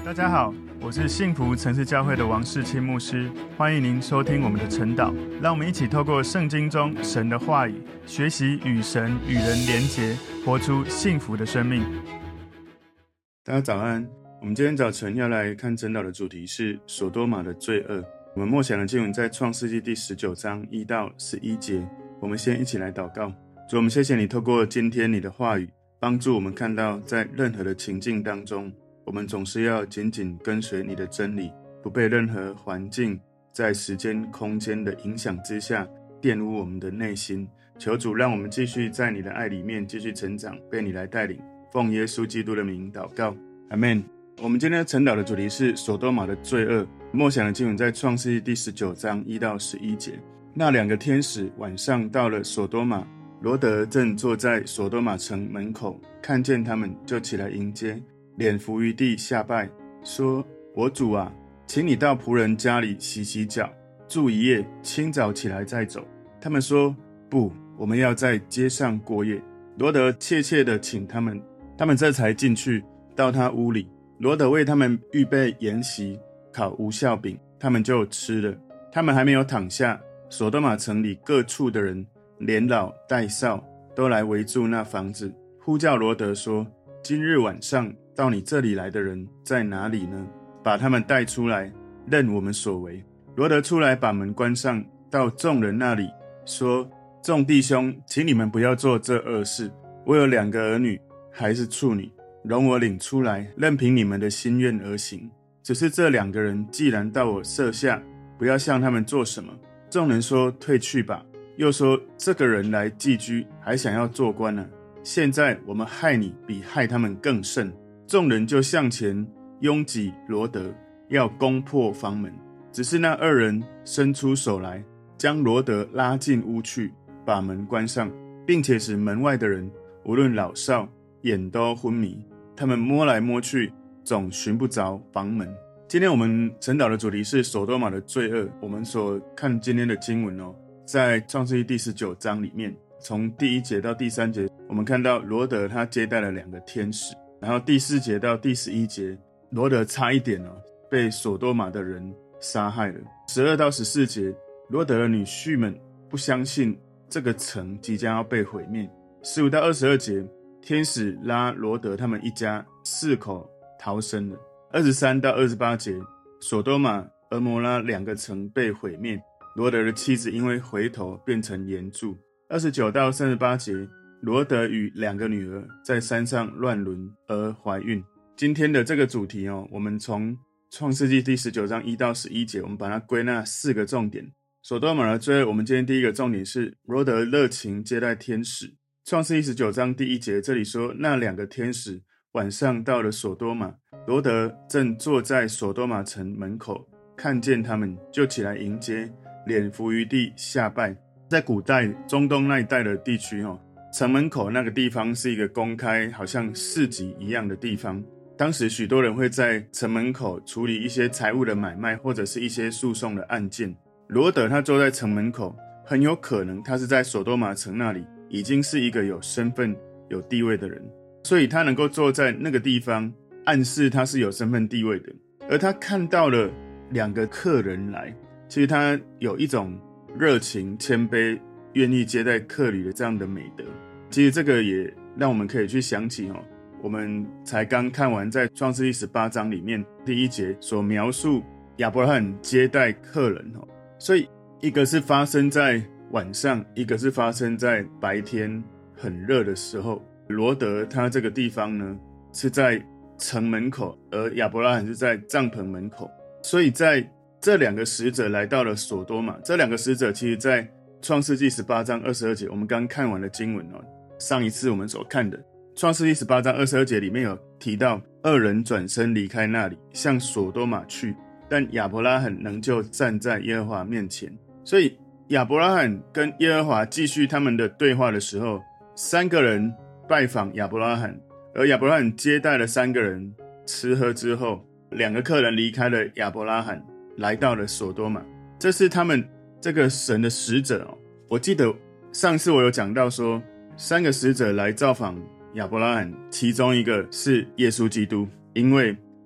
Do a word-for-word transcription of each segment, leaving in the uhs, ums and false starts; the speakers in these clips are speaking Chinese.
大家好，我是幸福城市教会的王世清牧师，欢迎您收听我们的晨祷。让我们一起透过圣经中神的话语，学习与神与人连结，活出幸福的生命。大家早安，我们今天早晨要来看晨祷的主题是所多玛的罪恶。我们默想的经文在创世纪第十九章一到十一节。我们先一起来祷告。主，我们谢谢你透过今天你的话语，帮助我们看到在任何的情境当中，我们总是要紧紧跟随你的真理，不被任何环境在时间空间的影响之下玷污我们的内心。求主让我们继续在你的爱里面继续成长，被你来带领。奉耶稣基督的名祷告，阿们。我们今天晨祷的主题是所多玛的罪恶。默想的经文在创世纪第十九章一到十一节。那两个天使晚上到了所多玛，罗得正坐在所多玛城门口，看见他们就起来迎接，脸伏于地下拜，说：我主啊，请你到仆人家里洗洗脚，住一夜，清早起来再走。他们说：不，我们要在街上过夜。罗得切切地请他们，他们这才进去到他屋里。罗得为他们预备筵席，烤无酵饼，他们就吃了。他们还没有躺下，所多玛城里各处的人，连老带少，都来围住那房子，呼叫罗得说：今日晚上到你这里来的人在哪里呢？把他们带出来，任我们所为。罗得出来把门关上，到众人那里说：众弟兄，请你们不要做这恶事。我有两个儿女，还是处女，容我领出来，任凭你们的心愿而行。只是这两个人既然到我舍下，不要向他们做什么。众人说：退去吧。又说：这个人来寄居，还想要做官呢、啊。现在我们害你比害他们更甚。众人就向前拥挤罗得，要攻破房门。只是那二人伸出手来，将罗得拉进屋去，把门关上，并且使门外的人无论老少眼都昏迷。他们摸来摸去，总寻不着房门。今天我们晨祷的主题是所多玛的罪恶。我们所看今天的经文哦，在创世记第十九章里面，从第一节到第三节，我们看到罗得他接待了两个天使。然后第四节到第十一节，罗得差一点哦被所多玛的人杀害了。十二到十四节，罗得的女婿们不相信这个城即将要被毁灭。十五到二十二节，天使拉罗得他们一家四口逃生了。二十三到二十八节，所多玛、俄摩拉两个城被毁灭，罗得的妻子因为回头变成岩柱。二十九到三十八节，罗得与两个女儿在山上乱伦而怀孕。今天的这个主题哦，我们从创世纪第十九章一到十一节，我们把它归纳四个重点。所多玛的罪恶，我们今天第一个重点是罗得热情接待天使。创世纪十九章第一节，这里说那两个天使晚上到了所多玛，罗得正坐在所多玛城门口，看见他们就起来迎接，脸伏于地下拜。在古代中东那一带的地区哦，城门口那个地方是一个公开好像市集一样的地方。当时许多人会在城门口处理一些财务的买卖，或者是一些诉讼的案件。罗得他坐在城门口，很有可能他是在所多玛城那里已经是一个有身份有地位的人，所以他能够坐在那个地方，暗示他是有身份地位的。而他看到了两个客人来，其实他有一种热情谦卑愿意接待客旅的这样的美德。其实这个也让我们可以去想起哦，我们才刚看完在创世记十八章里面第一节所描述亚伯拉罕接待客人哦，所以一个是发生在晚上，一个是发生在白天很热的时候。罗得他这个地方呢是在城门口，而亚伯拉罕是在帐篷门口。所以在这两个使者来到了所多玛，这两个使者其实在创世纪十八章二十二节我们刚看完了经文哦，上一次我们所看的创世纪十八章二十二节里面有提到二人转身离开那里，向所多玛去，但亚伯拉罕仍旧站在耶和华面前。所以亚伯拉罕跟耶和华继续他们的对话的时候，三个人拜访亚伯拉罕，而亚伯拉罕接待了三个人吃喝之后，两个客人离开了亚伯拉罕，来到了所多玛。这是他们这个神的使者哦。我记得上次我有讲到说，三个使者来造访亚伯拉罕，其中一个是耶稣基督，因为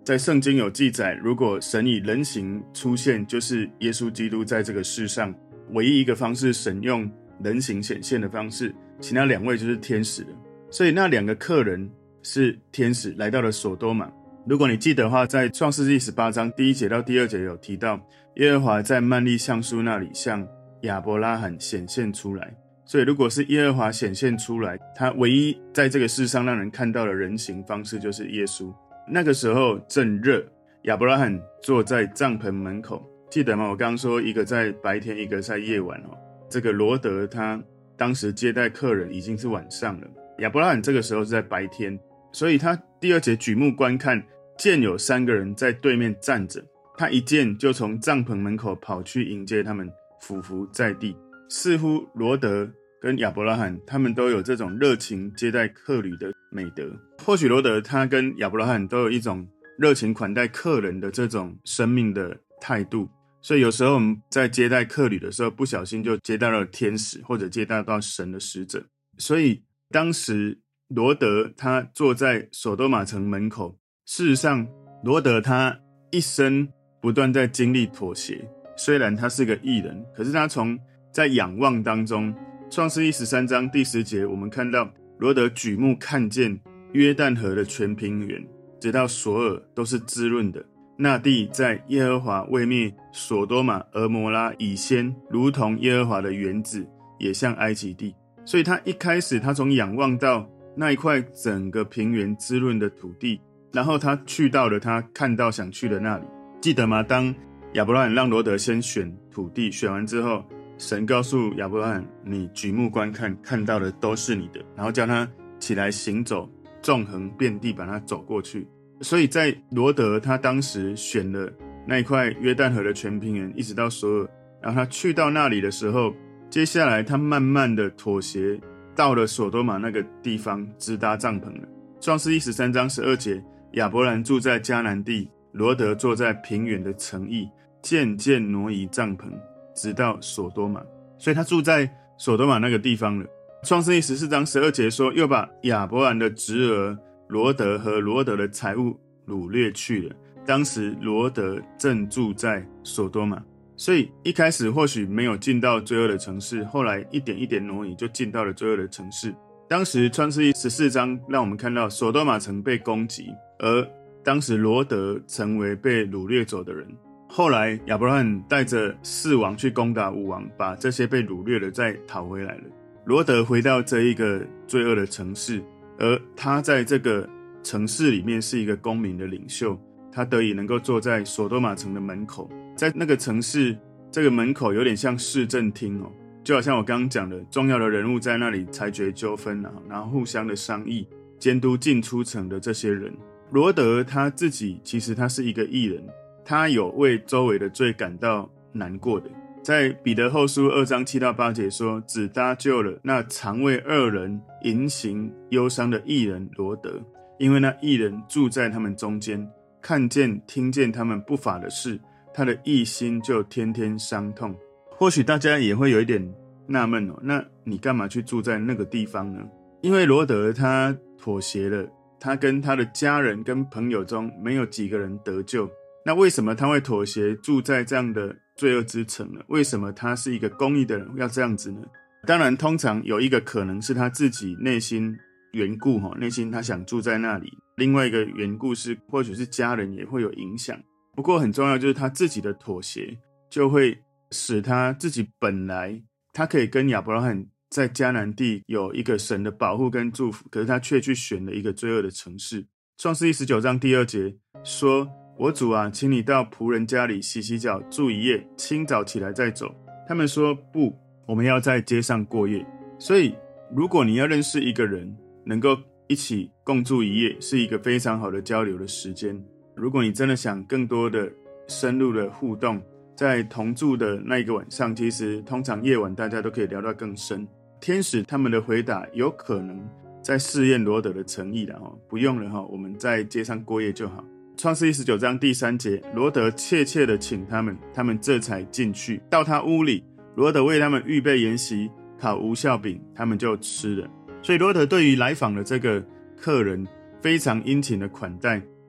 在圣经有记载，如果神以人形出现，就是耶稣基督在这个世上唯一一个方式，神用人形显现的方式，其他两位就是天使了。所以那两个客人是天使来到了所多玛。如果你记得的话，在创世纪十八章第一节到第二节有提到，耶和华在曼利橡树那里向亚伯拉罕显现出来。所以如果是耶和华显现出来，他唯一在这个世上让人看到的人形方式就是耶稣。那个时候正热，亚伯拉罕坐在帐篷门口，记得吗？我刚刚说一个在白天，一个在夜晚哦。这个罗德他当时接待客人已经是晚上了，亚伯拉罕这个时候是在白天，所以他第二节举目观看，见有三个人在对面站着，他一见就从帐篷门口跑去迎接他们，俯伏在地。似乎罗德跟亚伯拉罕他们都有这种热情接待客旅的美德。或许罗德他跟亚伯拉罕都有一种热情款待客人的这种生命的态度，所以有时候我们在接待客旅的时候，不小心就接待到天使，或者接待到神的使者。所以当时罗德他坐在所多玛城门口，事实上罗德他一生不断在经历妥协，虽然他是个义人，可是他从在仰望当中，创世记十三章第十节，我们看到罗德举目看见约旦河的全平原，直到索尔都是滋润的。那地在耶和华未灭所多玛、俄摩拉以先，如同耶和华的园子，也像埃及地。所以他一开始，他从仰望到那一块整个平原滋润的土地，然后他去到了他看到想去的那里。记得吗？当亚伯拉罕让罗德先选土地，选完之后，神告诉亚伯拉罕，你举目观看，看到的都是你的，然后叫他起来行走，纵横遍地把他走过去。所以在罗德他当时选了那一块约旦河的全平原，一直到索尔，然后他去到那里的时候，接下来他慢慢的妥协，到了所多玛那个地方，直搭帐篷了。创世记十三章十二节，亚伯兰住在迦南地，罗德坐在平原的城邑，渐渐挪移帐篷，直到所多玛。所以他住在所多玛那个地方了。创世记十四章十二节说，又把亚伯兰的侄儿罗德和罗德的财物掳掠去了。当时罗德正住在所多玛。所以一开始或许没有进到罪恶的城市，后来一点一点挪移就进到了罪恶的城市。当时创世记十四章让我们看到所多玛城被攻击，而当时罗德成为被掳掠走的人。后来亚伯拉罕带着四王去攻打五王，把这些被掳掠的再讨回来了。罗德回到这一个罪恶的城市，而他在这个城市里面是一个公民的领袖，他得以能够坐在所多玛城的门口。在那个城市，这个门口有点像市政厅哦，就好像我刚刚讲的，重要的人物在那里裁决纠纷啊，然后互相的商议，监督进出城的这些人。罗德他自己其实他是一个义人，他有为周围的罪感到难过的。在彼得后书二章七到八节说，只搭救了那常为恶人淫行忧伤的义人罗德，因为那义人住在他们中间，看见听见他们不法的事，他的义心就天天伤痛。或许大家也会有一点纳闷哦，那你干嘛去住在那个地方呢？因为罗德他妥协了，他跟他的家人跟朋友中没有几个人得救。那为什么他会妥协住在这样的罪恶之城呢？为什么他是一个公义的人要这样子呢？当然通常有一个可能是他自己内心缘故，内心他想住在那里。另外一个缘故是或许是家人也会有影响。不过很重要就是他自己的妥协，就会使他自己本来他可以跟亚伯拉罕在迦南地有一个神的保护跟祝福，可是他却去选了一个罪恶的城市。创世记十九章第二节说，我主啊，请你到仆人家里洗洗脚，住一夜，清早起来再走。他们说不，我们要在街上过夜。所以如果你要认识一个人，能够一起共住一夜，是一个非常好的交流的时间。如果你真的想更多的深入的互动，在同住的那一个晚上，其实通常夜晚大家都可以聊到更深。天使他们的回答有可能在试验罗德的诚意了，不用了，我们在街上过夜就好。创世记十九章第三节，罗德切切的请他们，他们这才进去，到他屋里，罗德为他们预备筵席，烤无酵饼，他们就吃了。所以罗德对于来访的这个客人非常殷勤的款待，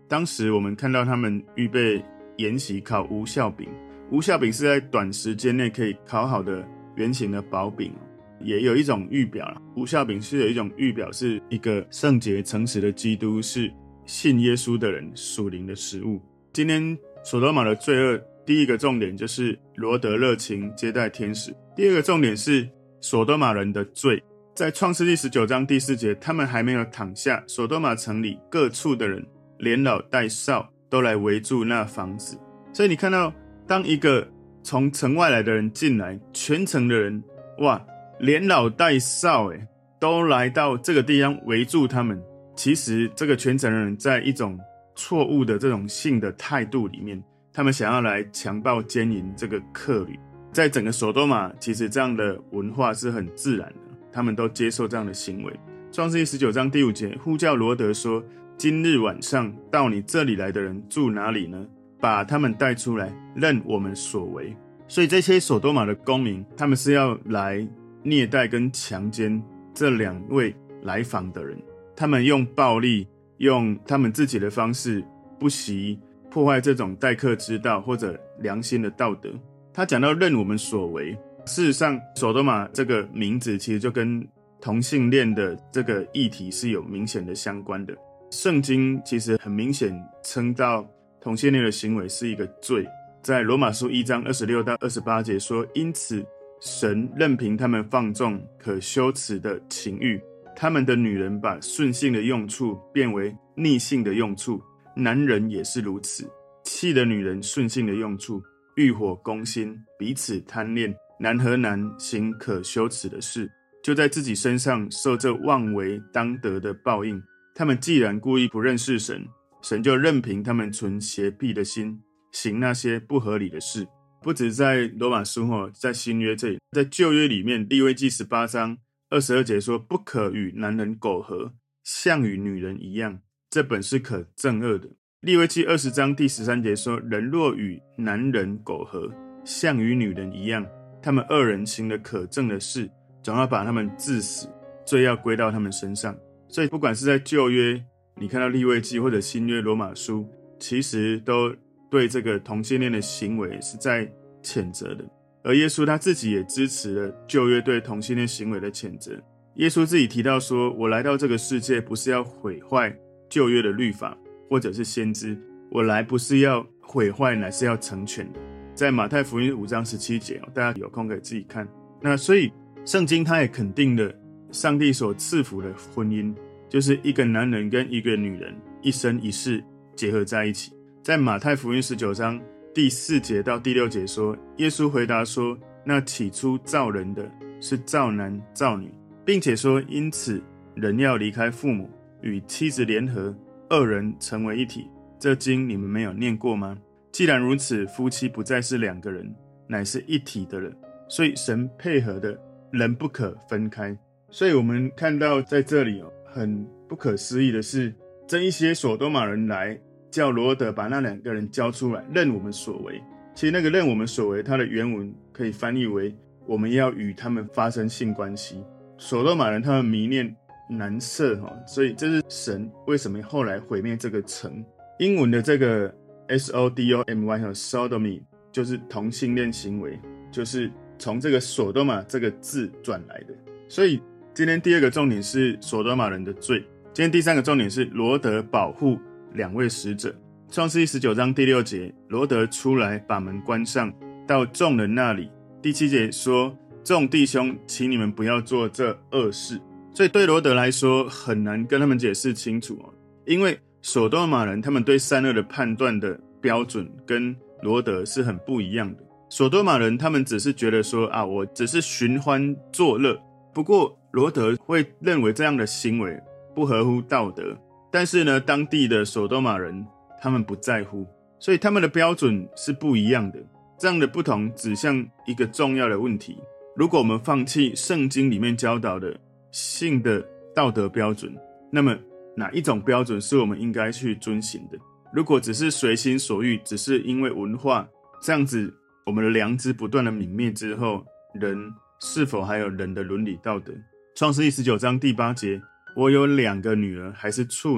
当时我们看到他们预备研习烤无酵饼，无酵饼是在短时间内可以烤好的圆形的薄饼，也有一种预表啦，无酵饼是有一种预表，是一个圣洁诚实的基督，是信耶稣的人属灵的食物。今天所多玛的罪恶，第一个重点就是罗得热情接待天使，第二个重点是所多玛人的罪。在创世纪十九章第四节，他们还没有躺下，所多玛城里各处的人连老带少都来围住那房子。所以你看到，当一个从城外来的人进来，全城的人哇，连老带少诶都来到这个地方围住他们。其实这个全城的人在一种错误的这种性的态度里面，他们想要来强暴奸淫这个客旅。在整个所多玛，其实这样的文化是很自然的，他们都接受这样的行为。创世纪十九章第五节，呼叫罗得说，今日晚上到你这里来的人住哪里呢？把他们带出来，任我们所为。所以这些所多玛的公民，他们是要来虐待跟强奸这两位来访的人，他们用暴力，用他们自己的方式，不惜破坏这种待客之道或者良心的道德。他讲到任我们所为，事实上所多玛这个名字其实就跟同性恋的这个议题是有明显的相关的。圣经其实很明显称到同性恋的行为是一个罪，在罗马书一章二十六到二十八节说，因此神任凭他们放纵可羞耻的情欲，他们的女人把顺性的用处变为逆性的用处，男人也是如此。气的女人顺性的用处，欲火攻心，彼此贪恋，男和男行可羞耻的事，就在自己身上受这妄为当得的报应。他们既然故意不认识神，神就任凭他们存邪僻的心，行那些不合理的事。不止在罗马书，在新约这里，在旧约里面，利未记十八章二十二节说，不可与男人苟合，像与女人一样，这本是可憎恶的。利未记二十章第十三节说，人若与男人苟合，像与女人一样，他们二人行了可憎的事，总要把他们治死，罪要归到他们身上。所以不管是在旧约，你看到利未记，或者新约罗马书，其实都对这个同性恋的行为是在谴责的。而耶稣他自己也支持了旧约对同性恋行为的谴责。耶稣自己提到说，我来到这个世界不是要毁坏旧约的律法或者是先知，我来不是要毁坏，乃是要成全的。在马太福音五章十七节，大家有空可以自己看。那所以圣经他也肯定了上帝所赐福的婚姻，就是一个男人跟一个女人一生一世结合在一起。在马太福音十九章第四节到第六节说，耶稣回答说，那起初造人的是造男造女，并且说，因此人要离开父母，与妻子联合，二人成为一体。这经你们没有念过吗？既然如此，夫妻不再是两个人，乃是一体的了。所以神配合的人不可分开。所以我们看到在这里很不可思议的是，这一些所多玛人来叫罗得把那两个人交出来，任我们所为。其实那个任我们所为，它的原文可以翻译为我们要与他们发生性关系。所多玛人他们迷恋男色，所以这是神为什么后来毁灭这个城。英文的这个 S O D O M Y 和 Sodomy 就是同性恋行为，就是从这个所多玛这个字转来的。所以今天第二个重点是所多玛人的罪，今天第三个重点是罗得保护两位使者。创世记十九章第六节，罗得出来把门关上，到众人那里。第七节说，众弟兄，请你们不要做这恶事。所以对罗得来说很难跟他们解释清楚，因为所多玛人他们对善恶的判断的标准跟罗得是很不一样的。所多玛人他们只是觉得说啊，我只是寻欢作乐，不过罗得会认为这样的行为不合乎道德，但是呢，当地的所多玛人他们不在乎，所以他们的标准是不一样的。这样的不同指向一个重要的问题，如果我们放弃圣经里面教导的性的道德标准，那么哪一种标准是我们应该去遵行的？如果只是随心所欲，只是因为文化，这样子我们的良知不断的泯灭之后，人是否还有人的伦理道德？创世记十九章第八节，我有两个女儿还是处女，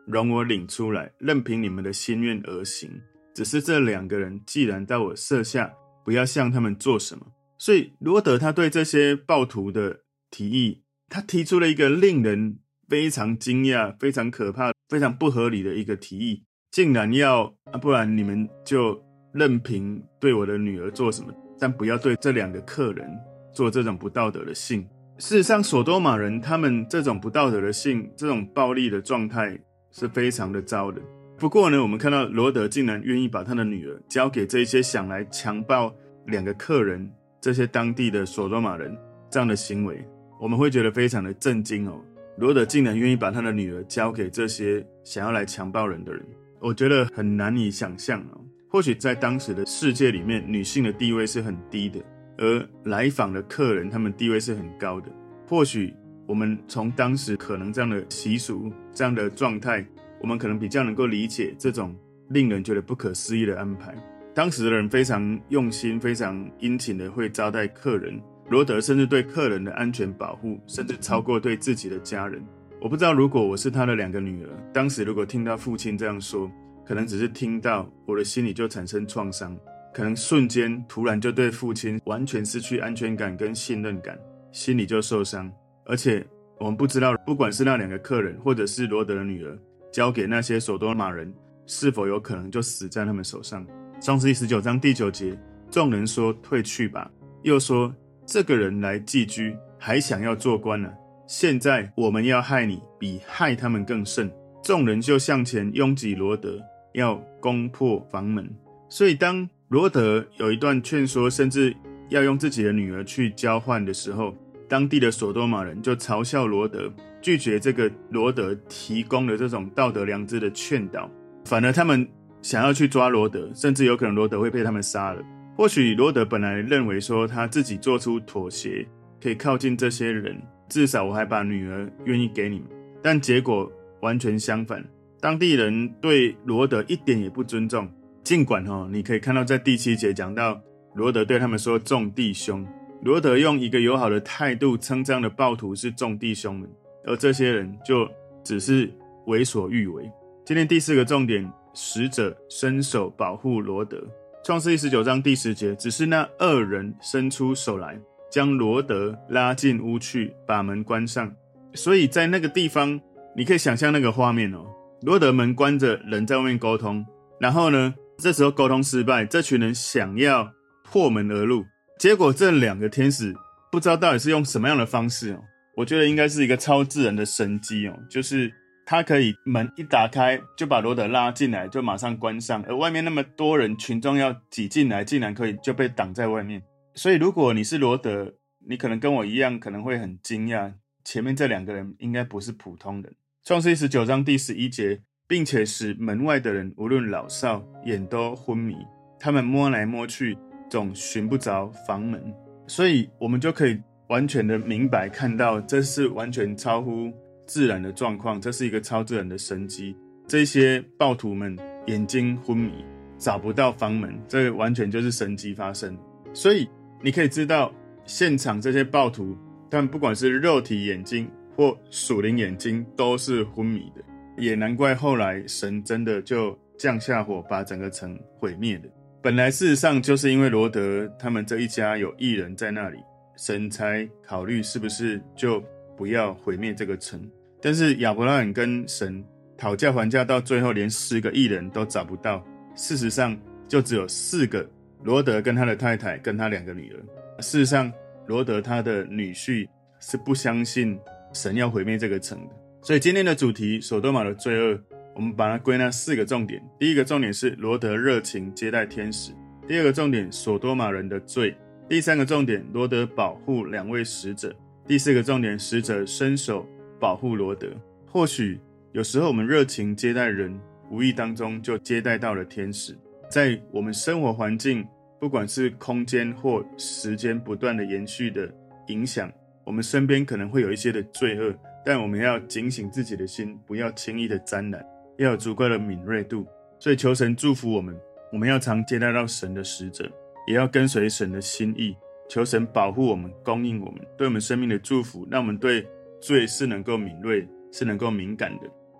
容我领出来，任凭你们的心愿而行。只是这两个人既然到我舍下，不要向他们做什么。所以罗德他对这些暴徒的提议，他提出了一个令人非常惊讶、非常可怕、非常不合理的一个提议，竟然要、啊、不然你们就任凭对我的女儿做什么，但不要对这两个客人做这种不道德的性。事实上，所多玛人他们这种不道德的性，这种暴力的状态是非常的糟的。不过呢，我们看到罗德竟然愿意把他的女儿交给这些想来强暴两个客人，这些当地的所多玛人，这样的行为，我们会觉得非常的震惊哦。罗德竟然愿意把他的女儿交给这些想要来强暴人的人，我觉得很难以想象哦。或许在当时的世界里面，女性的地位是很低的，而来访的客人他们地位是很高的。或许我们从当时可能这样的习俗，这样的状态，我们可能比较能够理解这种令人觉得不可思议的安排。当时的人非常用心，非常殷勤的会招待客人，罗德甚至对客人的安全保护，甚至超过对自己的家人。我不知道如果我是他的两个女儿，当时如果听到父亲这样说，可能只是听到，我的心里就产生创伤，可能瞬间突然就对父亲完全失去安全感跟信任感，心里就受伤。而且我们不知道，不管是那两个客人，或者是罗德的女儿，交给那些所多玛人，是否有可能就死在他们手上。创世记十九章第九节，众人说退去吧，又说这个人来寄居，还想要做官呢、啊。现在我们要害你，比害他们更甚。众人就向前拥挤罗德，要攻破房门。所以当罗德有一段劝说，甚至要用自己的女儿去交换的时候，当地的所多玛人就嘲笑罗德，拒绝这个罗德提供的这种道德良知的劝导，反而他们想要去抓罗德，甚至有可能罗德会被他们杀了。或许罗德本来认为说他自己做出妥协，可以靠近这些人，至少我还把女儿愿意给你们，但结果完全相反，当地人对罗德一点也不尊重。尽管、哦、你可以看到在第七节讲到罗德对他们说众弟兄，罗德用一个友好的态度称这样的暴徒是众弟兄们，而这些人就只是为所欲为。今天第四个重点，使者伸手保护罗德。创世记十九章第十节，只是那二人伸出手来，将罗德拉进屋去，把门关上。所以在那个地方，你可以想象那个画面哦，罗德门关着，人在外面沟通，然后呢，这时候沟通失败，这群人想要破门而入，结果这两个天使不知道到底是用什么样的方式哦，我觉得应该是一个超自然的神迹哦，就是他可以门一打开就把罗德拉进来，就马上关上，而外面那么多人群众要挤进来，竟然可以就被挡在外面。所以如果你是罗德，你可能跟我一样可能会很惊讶，前面这两个人应该不是普通人。创世记十九章第十一节，并且使门外的人无论老少眼都昏迷，他们摸来摸去总寻不着房门。所以我们就可以完全的明白看到，这是完全超乎自然的状况，这是一个超自然的神迹。这些暴徒们眼睛昏迷，找不到房门，这完全就是神迹发生。所以你可以知道，现场这些暴徒，他们不管是肉体眼睛或属灵眼睛都是昏迷的，也难怪后来神真的就降下火把整个城毁灭的。本来事实上就是因为罗德他们这一家有义人在那里，神才考虑是不是就不要毁灭这个城。但是亚伯拉罕跟神讨价还价，到最后连十个义人都找不到，事实上就只有四个，罗德跟他的太太跟他两个女儿。事实上罗德他的女婿是不相信神要毁灭这个城的。所以今天的主题所多玛的罪恶，我们把它归纳四个重点。第一个重点是罗德热情接待天使，第二个重点所多玛人的罪，第三个重点罗德保护两位使者，第四个重点使者伸手保护罗德。或许有时候我们热情接待人，无意当中就接待到了天使。在我们生活环境，不管是空间或时间不断的延续的影响，我们身边可能会有一些的罪恶，但我们要警醒自己的心，不要轻易的沾染，要有足够的敏锐度。所以求神祝福我们，我们要常接待到神的使者，也要跟随神的心意，求神保护我们，供应我们，对我们生命的祝福，让我们对罪是能够敏锐，是能够敏感的，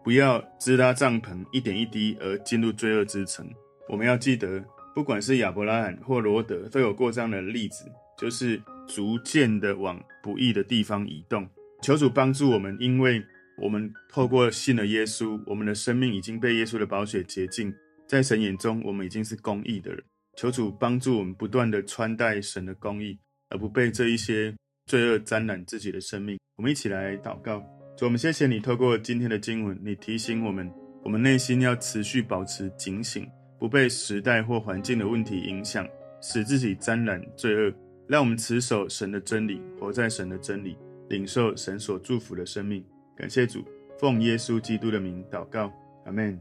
不要支搭帐篷一点一滴而进入罪恶之城。我们要记得，不管是亚伯拉罕或罗德都有过这样的例子，就是逐渐的往不义的地方移动。求主帮助我们，因为我们透过信了耶稣，我们的生命已经被耶稣的宝血洁净，在神眼中我们已经是公义的人。求主帮助我们不断的穿戴神的公义，而不被这一些罪恶沾染自己的生命。我们一起来祷告。主，我们谢谢你透过今天的经文，你提醒我们，我们内心要持续保持警醒，不被时代或环境的问题影响，使自己沾染罪恶。让我们持守神的真理，活在神的真理，领受神所祝福的生命。感谢主，奉耶稣基督的名祷告，阿们。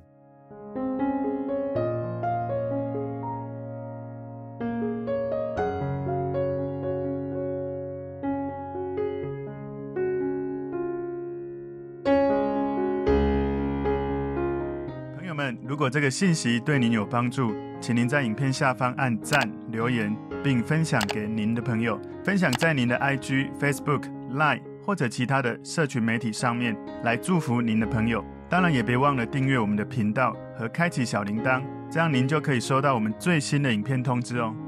朋友们，如果这个信息对您有帮助，请您在影片下方按赞、留言，并分享给您的朋友，分享在您的 I G、Facebook、Line 或者其他的社群媒体上面，来祝福您的朋友。当然也别忘了订阅我们的频道和开启小铃铛，这样您就可以收到我们最新的影片通知哦。